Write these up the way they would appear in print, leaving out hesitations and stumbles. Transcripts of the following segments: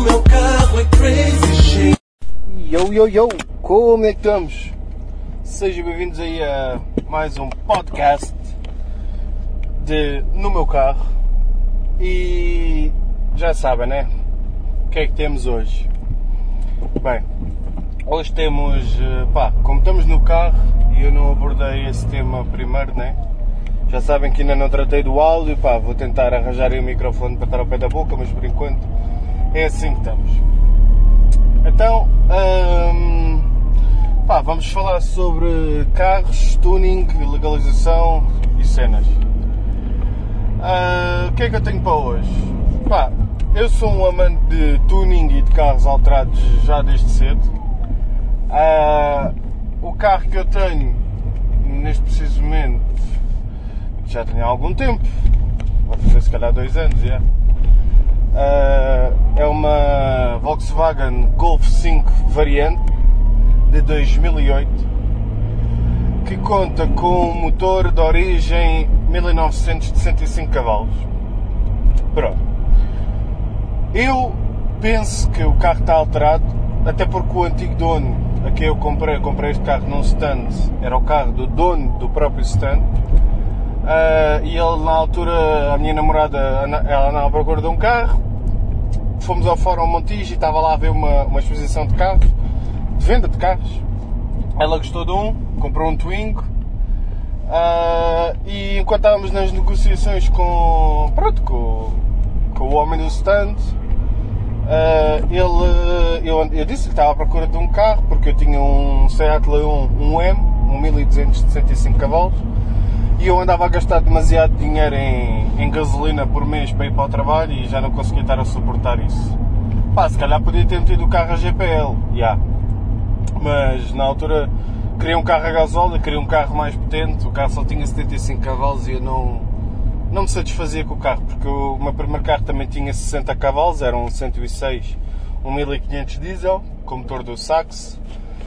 meu carro é crazy shit. Yo, como é que estamos? Sejam bem-vindos aí a mais um podcast no meu carro. E já sabem, né? O que é que temos hoje? Bem, hoje temos, como estamos no carro e eu não abordei esse tema primeiro, né? Já sabem que ainda não tratei do áudio, vou tentar arranjar aí o microfone para estar ao pé da boca, mas por enquanto é assim que estamos. Então, vamos falar sobre carros, tuning, legalização e cenas. O que é que eu tenho para hoje? Eu sou um amante de tuning e de carros alterados já desde cedo. O carro que eu tenho, neste preciso momento, já tenho há algum tempo, vai fazer se calhar 2 anos, já. É uma Volkswagen Golf 5 variante de 2008 que conta com um motor de origem 1965 cavalos. Pronto. Eu penso que o carro está alterado, até porque o antigo dono a quem eu comprei este carro num stand, era o carro do dono do próprio stand. E ele, na altura, a minha namorada, ela andava à procura de um carro. Fomos ao Fórum Montijo e estava lá a ver uma exposição de carros, de venda de carros. Ela gostou de um, comprou um Twingo. E enquanto estávamos nas negociações com o homem do stand, eu disse que estava à procura de um carro, porque eu tinha um Seat Leon, um M, 1265 cavalos. E eu andava a gastar demasiado dinheiro em gasolina por mês para ir para o trabalho e já não conseguia estar a suportar isso. Se calhar podia ter metido o carro a GPL, mas na altura queria um carro a gasóleo, queria um carro mais potente. O carro só tinha 75 cavalos e eu não me satisfazia com o carro, porque o meu primeiro carro também tinha 60 cavalos, era um 106, 1500 diesel, com motor do Sax.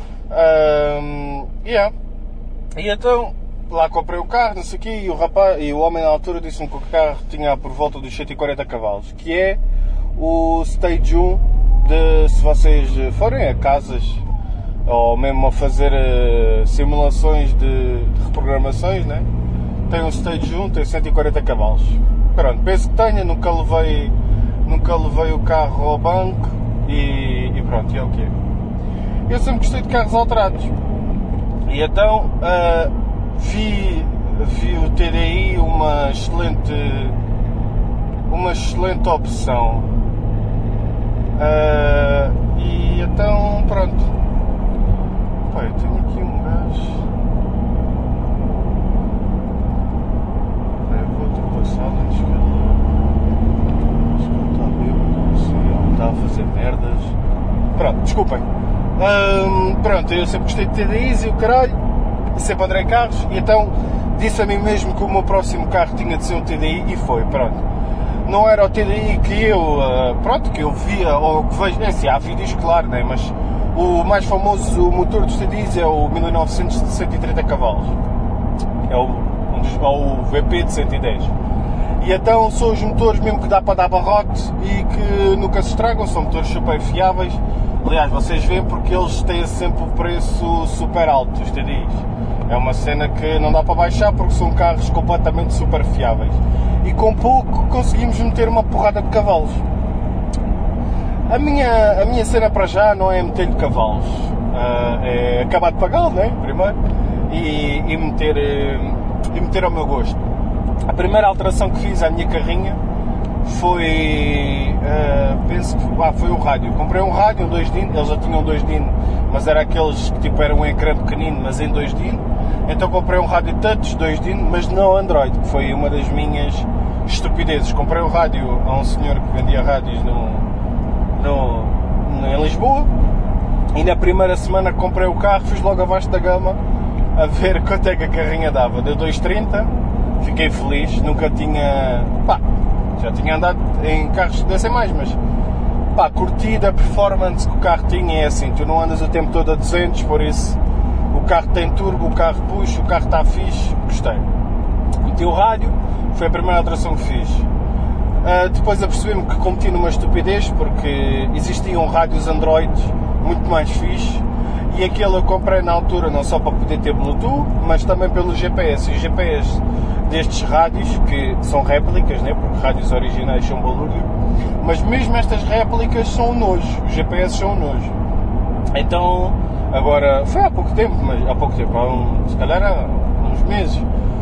E então lá comprei o carro, não sei o quê, e o homem na altura disse-me que o carro tinha por volta dos 140 cavalos, que é o Stage 1 se vocês forem a casas ou mesmo a fazer simulações de reprogramações, né? Tem um Stage 1, tem 140 cavalos. Pronto, penso que tenha, nunca levei o carro ao banco e pronto, é o que é. Eu sempre gostei de carros alterados. E então vi o TDI uma excelente opção. E então pronto. Eu tenho aqui um gajo. Eu vou ultrapassá-lo antes que ele está bêbado, ele está a fazer merdas. Pronto, desculpem. Eu sempre gostei de TDIs e o caralho. Sempre adorei carros, e então disse a mim mesmo que o meu próximo carro tinha de ser um TDI e foi, pronto. Não era o TDI que eu via ou que vejo, há vídeos, claro, né? Mas o mais famoso motor dos TDIs é o 1900 de 130 cavalos, é o VP de 110. E então são os motores mesmo que dá para dar barrote e que nunca se estragam, são motores super fiáveis. Aliás, vocês veem porque eles têm sempre o preço super alto, os TDIs. É uma cena que não dá para baixar porque são carros completamente super fiáveis. E com pouco conseguimos meter uma porrada de cavalos. A minha cena para já não é meter-lhe cavalos. É acabar de pagá-lo, né? Primeiro. E meter ao meu gosto. A primeira alteração que fiz à minha carrinha foi, penso que foi o rádio. Comprei um rádio, um 2DIN, eles já tinham 2DIN, mas era aqueles que era um ecrã pequenino, mas em 2DIN. Então comprei um rádio touch 2DIN, mas não Android, que foi uma das minhas estupidezes. Comprei um rádio a um senhor que vendia rádios em Lisboa, e na primeira semana que comprei o carro fiz logo abaixo da gama a ver quanto é que a carrinha dava. Deu 2,30, fiquei feliz, nunca tinha... já tinha andado em carros que dessem mais, mas curti da performance que o carro tinha. É assim, tu não andas o tempo todo a 200, por isso o carro tem turbo, o carro puxa, o carro está fixe, gostei. Meti o rádio, foi a primeira alteração que fiz. Depois apercebi-me que cometi numa estupidez, porque existiam rádios Android muito mais fixe, e aquele eu comprei na altura não só para poder ter Bluetooth, mas também pelo GPS. E os GPS destes rádios, que são réplicas, né? Porque rádios originais são balúrdio, mas mesmo estas réplicas são um nojo, os GPS são um nojo. Então, agora, foi há pouco tempo, se calhar há uns meses,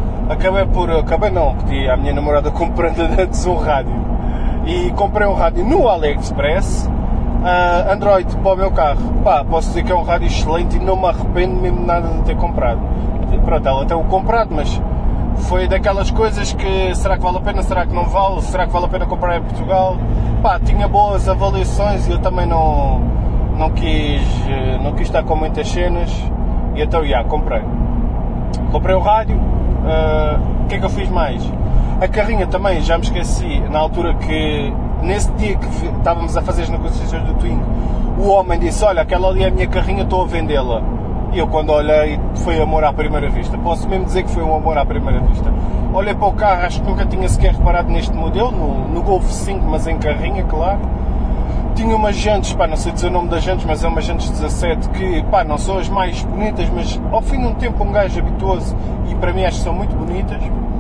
pedi à minha namorada comprando antes um rádio, e comprei um rádio no AliExpress, Android para o meu carro. Posso dizer que é um rádio excelente e não me arrependo mesmo nada de ter comprado. Pronto, ela tem o comprado, mas foi daquelas coisas que será que vale a pena, será que não vale, será que vale a pena comprar em Portugal? Tinha boas avaliações e eu também não quis estar com muitas cenas, e então comprei o rádio. O que é que eu fiz mais? A carrinha também, já me esqueci, na altura que, nesse dia que estávamos a fazer as negociações do Twingo, o homem disse: olha, aquela ali é a minha carrinha, estou a vendê-la. E eu, quando olhei, foi amor à primeira vista. Posso mesmo dizer que foi um amor à primeira vista. Olhei para o carro, acho que nunca tinha sequer reparado neste modelo, no Golf 5, mas em carrinha, claro. Tinha umas jantes, não sei dizer o nome das jantes, mas é umas jantes 17 que, não são as mais bonitas, mas ao fim de um tempo um gajo habituoso, e para mim acho que são muito bonitas.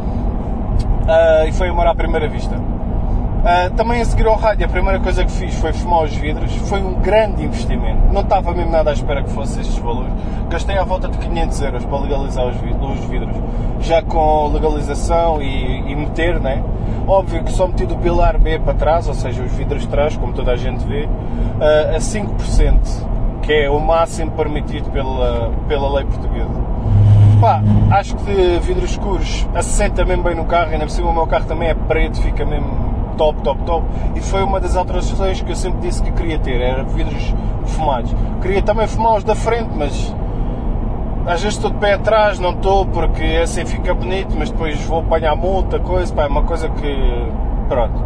E foi amor à primeira vista. Também a seguir ao rádio, a primeira coisa que fiz foi fumar os vidros. Foi um grande investimento, não estava mesmo nada à espera que fosse estes valores. Gastei à volta de 500 euros para legalizar os vidros, já com legalização e meter, né? Óbvio que só meti do pilar B para trás, ou seja, os vidros de trás, como toda a gente vê, a 5%, que é o máximo permitido pela lei portuguesa. Acho que vidros escuros assenta mesmo bem no carro, e ainda por cima o meu carro também é preto, fica mesmo top. E foi uma das alterações que eu sempre disse que queria ter, era vidros fumados. Queria também fumar os da frente, mas às vezes estou de pé atrás, não estou, porque assim fica bonito, mas depois vou apanhar multa, é uma coisa que... pronto.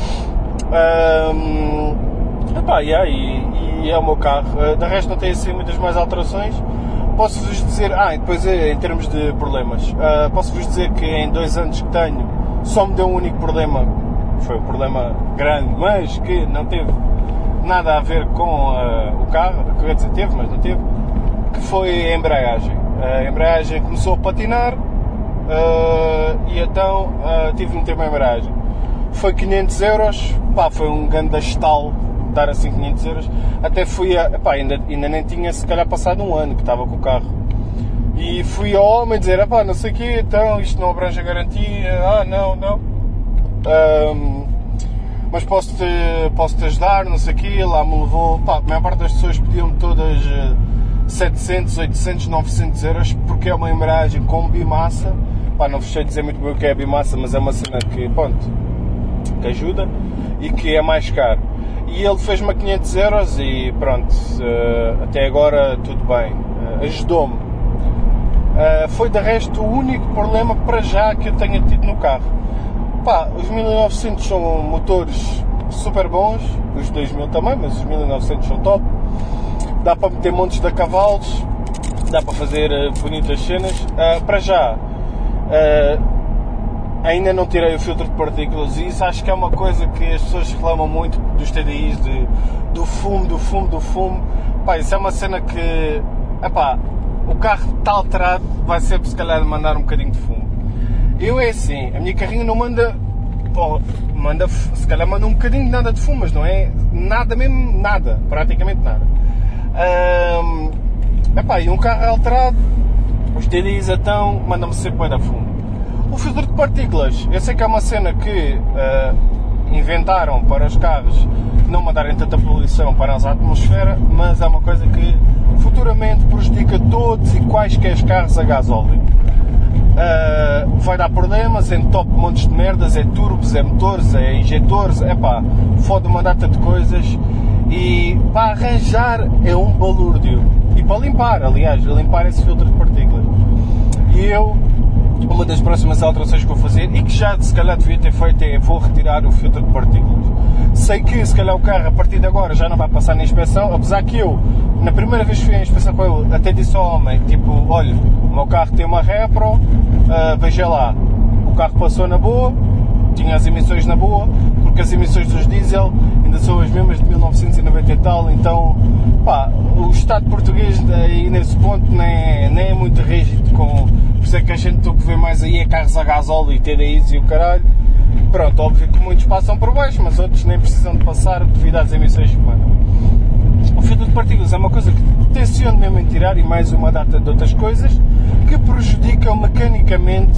E é o meu carro. De resto não tem assim muitas mais alterações. Posso-vos dizer, depois em termos de problemas, posso-vos dizer que em 2 anos que tenho, só me deu um único problema. Foi um problema grande, mas que não teve nada a ver com o carro, quer dizer, teve, mas não teve, que foi a embreagem. A embreagem começou a patinar, e então tive de meter uma embreagem. Foi 500 euros, foi um grande estalo dar assim 500 euros. Até fui ainda nem tinha se calhar passado um ano que estava com o carro. E fui ao homem dizer, não sei o quê, então isto não abrange a garantia, não. Mas posso-te ajudar, não sei o quê, lá me levou, a maior parte das pessoas pediam-me todas 700, 800, 900 euros, porque é uma embreagem com bimassa. Não vos sei dizer muito bem o que é a bimassa, mas é uma cena que ajuda e que é mais caro. E ele fez-me a 500 euros e pronto, até agora tudo bem, ajudou-me. Foi de resto o único problema para já que eu tenha tido no carro. Os 1900 são motores super bons, os 2000 também, mas os 1900 são top. Dá para meter montes de cavalos, dá para fazer bonitas cenas. Para já, ainda não tirei o filtro de partículas, e isso acho que é uma coisa que as pessoas reclamam muito dos TDIs, do fumo. Isso é uma cena que, o carro está alterado, vai sempre se calhar mandar um bocadinho de fumo. Eu é assim, a minha carrinha não manda, se calhar manda um bocadinho de nada de fumo, mas não é nada mesmo, nada, praticamente nada. E um carro alterado, os TDIs então mandam-me sempre bué da fumo. O filtro de partículas, eu sei que é uma cena que inventaram para os carros não mandarem tanta poluição para a atmosfera, mas é uma coisa que futuramente prejudica todos e quaisquer carros a gasóleo. Vai dar problemas, entope montes de merdas, é turbos, é motores, é injetores, fode uma data de coisas, e para arranjar é um balúrdio, e para limpar esse filtro de partículas. E uma das próximas alterações que vou fazer, e que já se calhar devia ter feito, vou retirar o filtro de partículas. Sei que se calhar o carro a partir de agora já não vai passar na inspeção, apesar que eu, na primeira vez que fui à inspeção com ele, até disse ao homem, olha, o meu carro tem uma Repro, veja lá, o carro passou na boa, tinha as emissões na boa, porque porque as emissões dos diesel ainda são as mesmas de 1990 e tal, então pá, o Estado português aí nesse ponto nem é muito rígido, por isso é que a gente o que vê mais aí é carros a gasóleo e TDIs e o caralho. Pronto, óbvio que muitos passam por baixo, mas outros nem precisam de passar devido às emissões que mandam. O filtro de partículas é uma coisa que tenciono mesmo em tirar, e mais uma data de outras coisas que prejudicam mecanicamente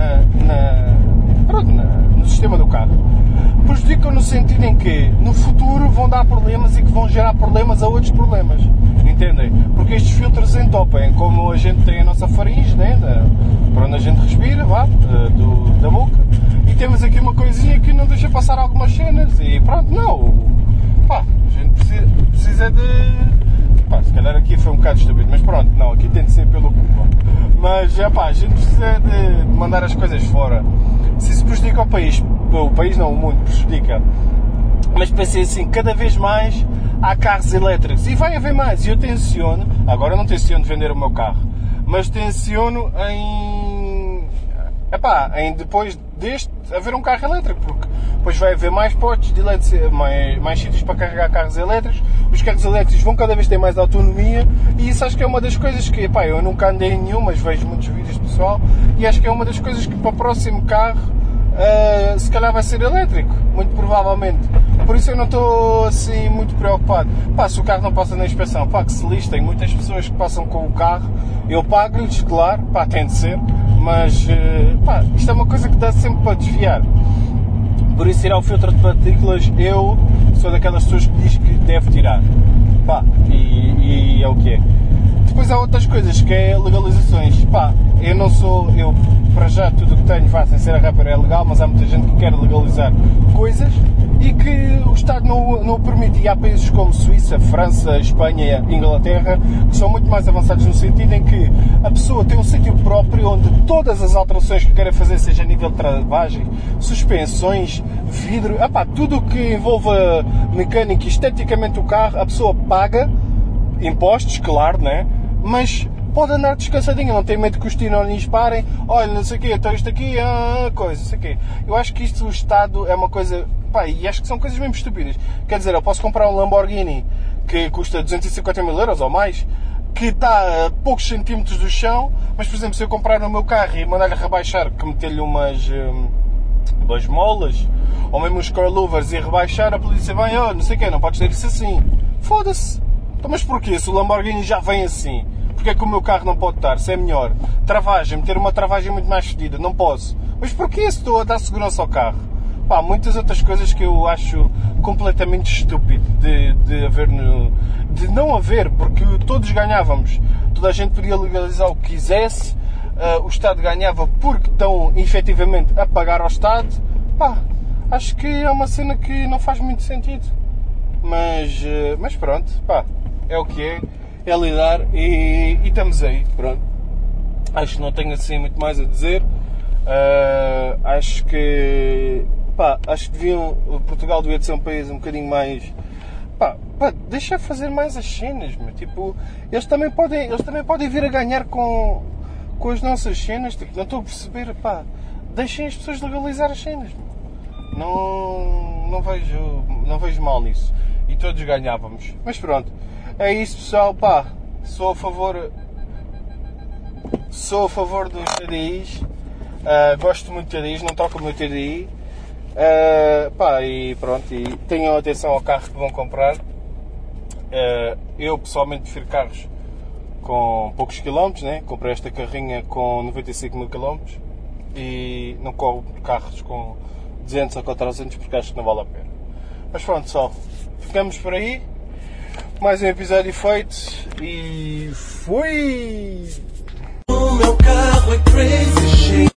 no sistema do carro. Prejudicam no sentido em que no futuro vão dar problemas e que vão gerar problemas a outros problemas, entendem? Porque estes filtros entopem, como a gente tem a nossa faringe, né, para onde a gente respira, da boca, e temos aqui uma coisinha que não deixa passar algumas cenas, e pronto, a gente precisa de... se calhar aqui foi um bocado estúpido, mas pronto, não, aqui tem de ser pelo cubo. Mas, a gente precisa de mandar as coisas fora. Se isso prejudica o país não, o mundo prejudica. Mas pensei assim, cada vez mais há carros elétricos, e vai haver mais, e eu tenciono, agora não tenciono vender o meu carro, mas tenciono em depois deste haver um carro elétrico, porque depois vai haver mais postos de mais sítios para carregar carros elétricos, os carros elétricos vão cada vez ter mais autonomia, e isso acho que é uma das coisas que, eu nunca andei em nenhum, mas vejo muitos vídeos de pessoal, e acho que é uma das coisas que para o próximo carro se calhar vai ser elétrico, muito provavelmente. Por isso eu não estou assim muito preocupado. Se o carro não passa na inspeção, que se lixe, tem muitas pessoas que passam com o carro, eu pago-lhes, claro, tem de ser, mas isto é uma coisa que dá sempre para desviar. Por isso tirar o filtro de partículas, eu sou daquelas pessoas que diz que deve tirar. E é o que é. Depois há outras coisas, que é legalizações. Eu para já tudo o que tenho, sem ser a rapper, é legal, mas há muita gente que quer legalizar coisas e que o Estado não o permite. E há países como Suíça, França, Espanha e Inglaterra que são muito mais avançados no sentido em que a pessoa tem um sítio próprio onde todas as alterações que queira fazer, seja a nível de travagem, suspensões, vidro, tudo o que envolva mecânica e esteticamente o carro, a pessoa paga impostos, claro, né? Mas pode andar descansadinho, não tem medo que os tinonis parem, olha, não sei o quê, então isto aqui é coisa, não sei o quê. Eu acho que isto, o Estado, é uma coisa, e acho que são coisas mesmo estúpidas. Quer dizer, eu posso comprar um Lamborghini que custa 250 mil euros ou mais, que está a poucos centímetros do chão, mas, por exemplo, se eu comprar no meu carro e mandar-lhe rebaixar, que meter-lhe umas molas, ou mesmo uns coilovers e rebaixar, a polícia vai, não sei o quê, não podes ter isso assim. Foda-se. Então, mas porquê? Se o Lamborghini já vem assim, porque é que o meu carro não pode estar? Se é melhor. Travagem, ter uma travagem muito mais fedida, não posso. Mas porquê se estou a dar segurança ao carro? Muitas outras coisas que eu acho completamente estúpido de não haver, porque todos ganhávamos. Toda a gente podia legalizar o que quisesse, o Estado ganhava porque estão efetivamente a pagar ao Estado. Acho que é uma cena que não faz muito sentido. Mas pronto, é o que é lidar e estamos aí, pronto. Acho que não tenho assim muito mais a dizer. Acho que Portugal devia ser um país um bocadinho mais, deixa fazer mais as cenas, tipo, eles também podem vir a ganhar com as nossas cenas, tipo, não estou a perceber, deixem as pessoas legalizar as cenas, não vejo mal nisso, e todos ganhávamos. Mas pronto, é isso, pessoal, sou a favor dos TDIs, gosto muito de TDIs, não troco o meu TDI, e pronto, e tenham atenção ao carro que vão comprar. Eu pessoalmente prefiro carros com poucos quilómetros, né? Comprei esta carrinha com 95 mil quilómetros e não corro carros com 200 ou 400 porque acho que não vale a pena. Mas pronto, pessoal, ficamos por aí. Mais um episódio feito e fui! O meu carro é crazy shit.